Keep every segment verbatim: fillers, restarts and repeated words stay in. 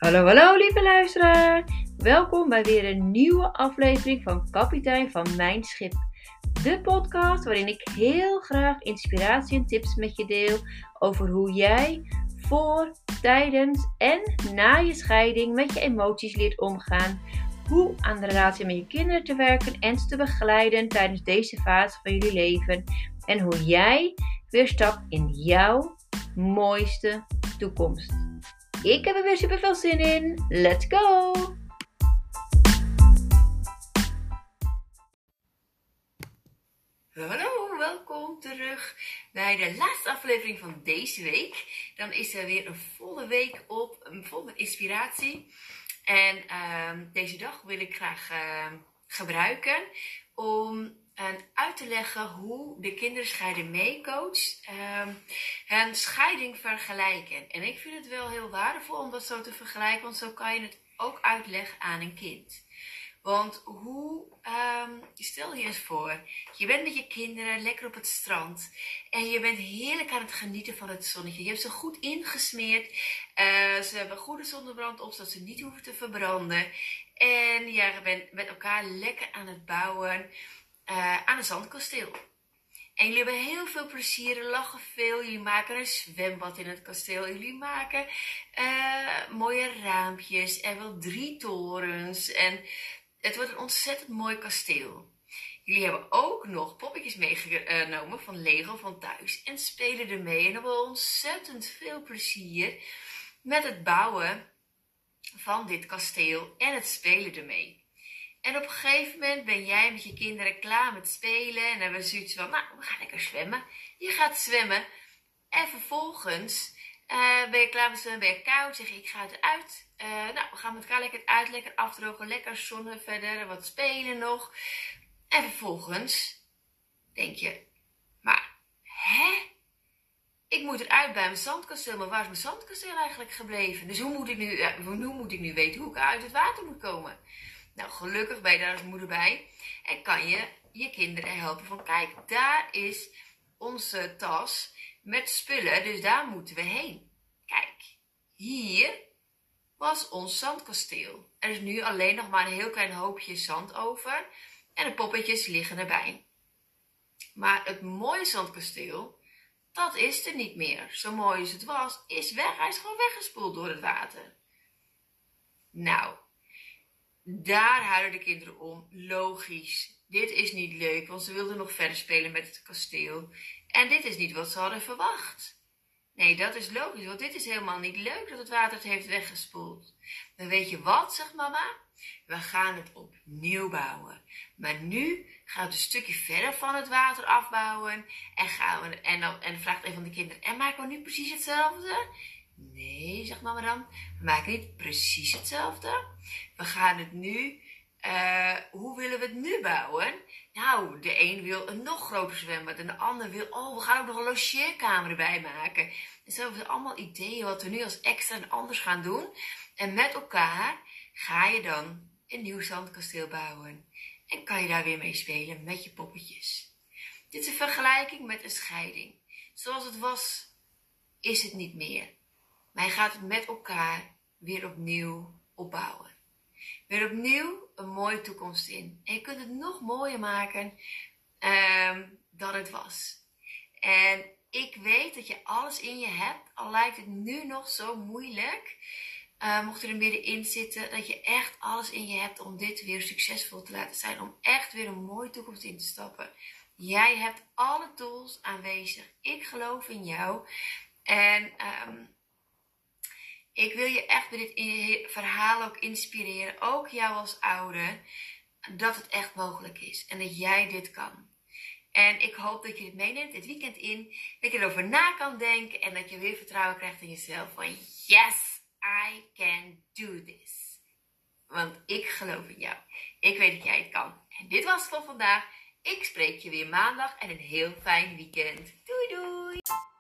Hallo, hallo lieve luisteraar. Welkom bij weer een nieuwe aflevering van Kapitein van Mijn Schip. De podcast waarin ik heel graag inspiratie en tips met je deel over hoe jij voor, tijdens en na je scheiding met je emoties leert omgaan. Hoe aan de relatie met je kinderen te werken en ze te begeleiden tijdens deze fase van jullie leven. En hoe jij weer stapt in jouw mooiste toekomst. Ik heb er weer super veel zin in. Let's go! Hallo, welkom terug bij de laatste aflevering van deze week. Dan is er weer een volle week op, een vol met inspiratie. En uh, deze dag wil ik graag uh, gebruiken om uh, uit te leggen hoe de kinderscheiden meecoach uh, een scheiding vergelijken. En ik vind het wel heel waardevol om dat zo te vergelijken, want zo kan je het ook uitleggen aan een kind. Want hoe, um, stel je eens voor, je bent met je kinderen lekker op het strand en je bent heerlijk aan het genieten van het zonnetje. Je hebt ze goed ingesmeerd, uh, ze hebben goede zonnebrand op, zodat ze niet hoeven te verbranden. En je bent met elkaar lekker aan het bouwen uh, aan een zandkasteel. En jullie hebben heel veel plezier, lachen veel, jullie maken een zwembad in het kasteel. Jullie maken uh, mooie raampjes en wel drie torens en het wordt een ontzettend mooi kasteel. Jullie hebben ook nog poppetjes meegenomen van Lego van thuis en spelen ermee. En hebben ontzettend veel plezier met het bouwen van dit kasteel en het spelen ermee. En op een gegeven moment ben jij met je kinderen klaar met spelen. En dan hebben we zoiets van, nou, we gaan lekker zwemmen. Je gaat zwemmen. En vervolgens uh, ben je klaar met zwemmen, ben je koud. Zeg je, ik ga eruit. Uh, nou, we gaan met elkaar lekker uit, lekker afdrogen. Lekker zonnen verder, wat spelen nog. En vervolgens denk je, maar, hè? Ik moet eruit bij mijn zandkasteel. Maar waar is mijn zandkasteel eigenlijk gebleven? Dus hoe moet ik nu, uh, hoe moet ik nu weten hoe ik uit het water moet komen? Nou, gelukkig ben je daar als moeder bij en kan je je kinderen helpen van, kijk, daar is onze tas met spullen, dus daar moeten we heen. Kijk, hier was ons zandkasteel. Er is nu alleen nog maar een heel klein hoopje zand over en de poppetjes liggen erbij. Maar het mooie zandkasteel, dat is er niet meer. Zo mooi als het was, is weg. Hij is gewoon weggespoeld door het water. Nou, daar huilen de kinderen om. Logisch. Dit is niet leuk, want ze wilden nog verder spelen met het kasteel. En dit is niet wat ze hadden verwacht. Nee, dat is logisch, want dit is helemaal niet leuk dat het water het heeft weggespoeld. Dan weet je wat, zegt mama? We gaan het opnieuw bouwen. Maar nu gaan we het een stukje verder van het water afbouwen. En, gaan we, en, dan, en vraagt een van de kinderen, en maken we nu precies hetzelfde? Nee, zegt mama dan, we maken niet precies hetzelfde. We gaan het nu, uh, hoe willen we het nu bouwen? Nou, de een wil een nog groter zwembad en de ander wil, oh, we gaan ook nog een logeerkamer erbij maken. En zo hebben we allemaal ideeën wat we nu als extra en anders gaan doen. En met elkaar ga je dan een nieuw zandkasteel bouwen. En kan je daar weer mee spelen met je poppetjes. Dit is een vergelijking met een scheiding. Zoals het was, is het niet meer. Maar je gaat het met elkaar weer opnieuw opbouwen. Weer opnieuw een mooie toekomst in. En je kunt het nog mooier maken um, dan het was. En ik weet dat je alles in je hebt. Al lijkt het nu nog zo moeilijk. Uh, mocht je er middenin zitten. Dat je echt alles in je hebt om dit weer succesvol te laten zijn. Om echt weer een mooie toekomst in te stappen. Jij hebt alle tools aanwezig. Ik geloof in jou. En Um, ik wil je echt bij dit verhaal ook inspireren, ook jou als ouder, dat het echt mogelijk is en dat jij dit kan. En ik hoop dat je dit meeneemt dit weekend in, dat je erover na kan denken en dat je weer vertrouwen krijgt in jezelf van yes, I can do this. Want ik geloof in jou. Ik weet dat jij het kan. En dit was het voor vandaag. Ik spreek je weer maandag en een heel fijn weekend. Doei doei!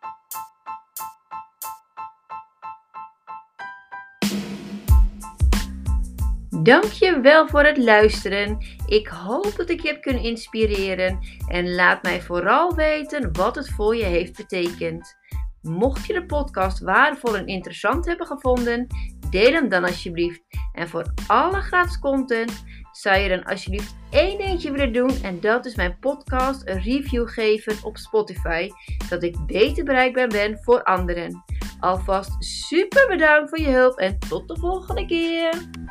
Dankjewel voor het luisteren. Ik hoop dat ik je heb kunnen inspireren. En laat mij vooral weten wat het voor je heeft betekend. Mocht je de podcast waardevol en interessant hebben gevonden, deel hem dan alsjeblieft. En voor alle gratis content zou je dan alsjeblieft één dingetje willen doen. En dat is mijn podcast een review geven op Spotify. Zodat ik beter bereikbaar ben voor anderen. Alvast super bedankt voor je hulp en tot de volgende keer.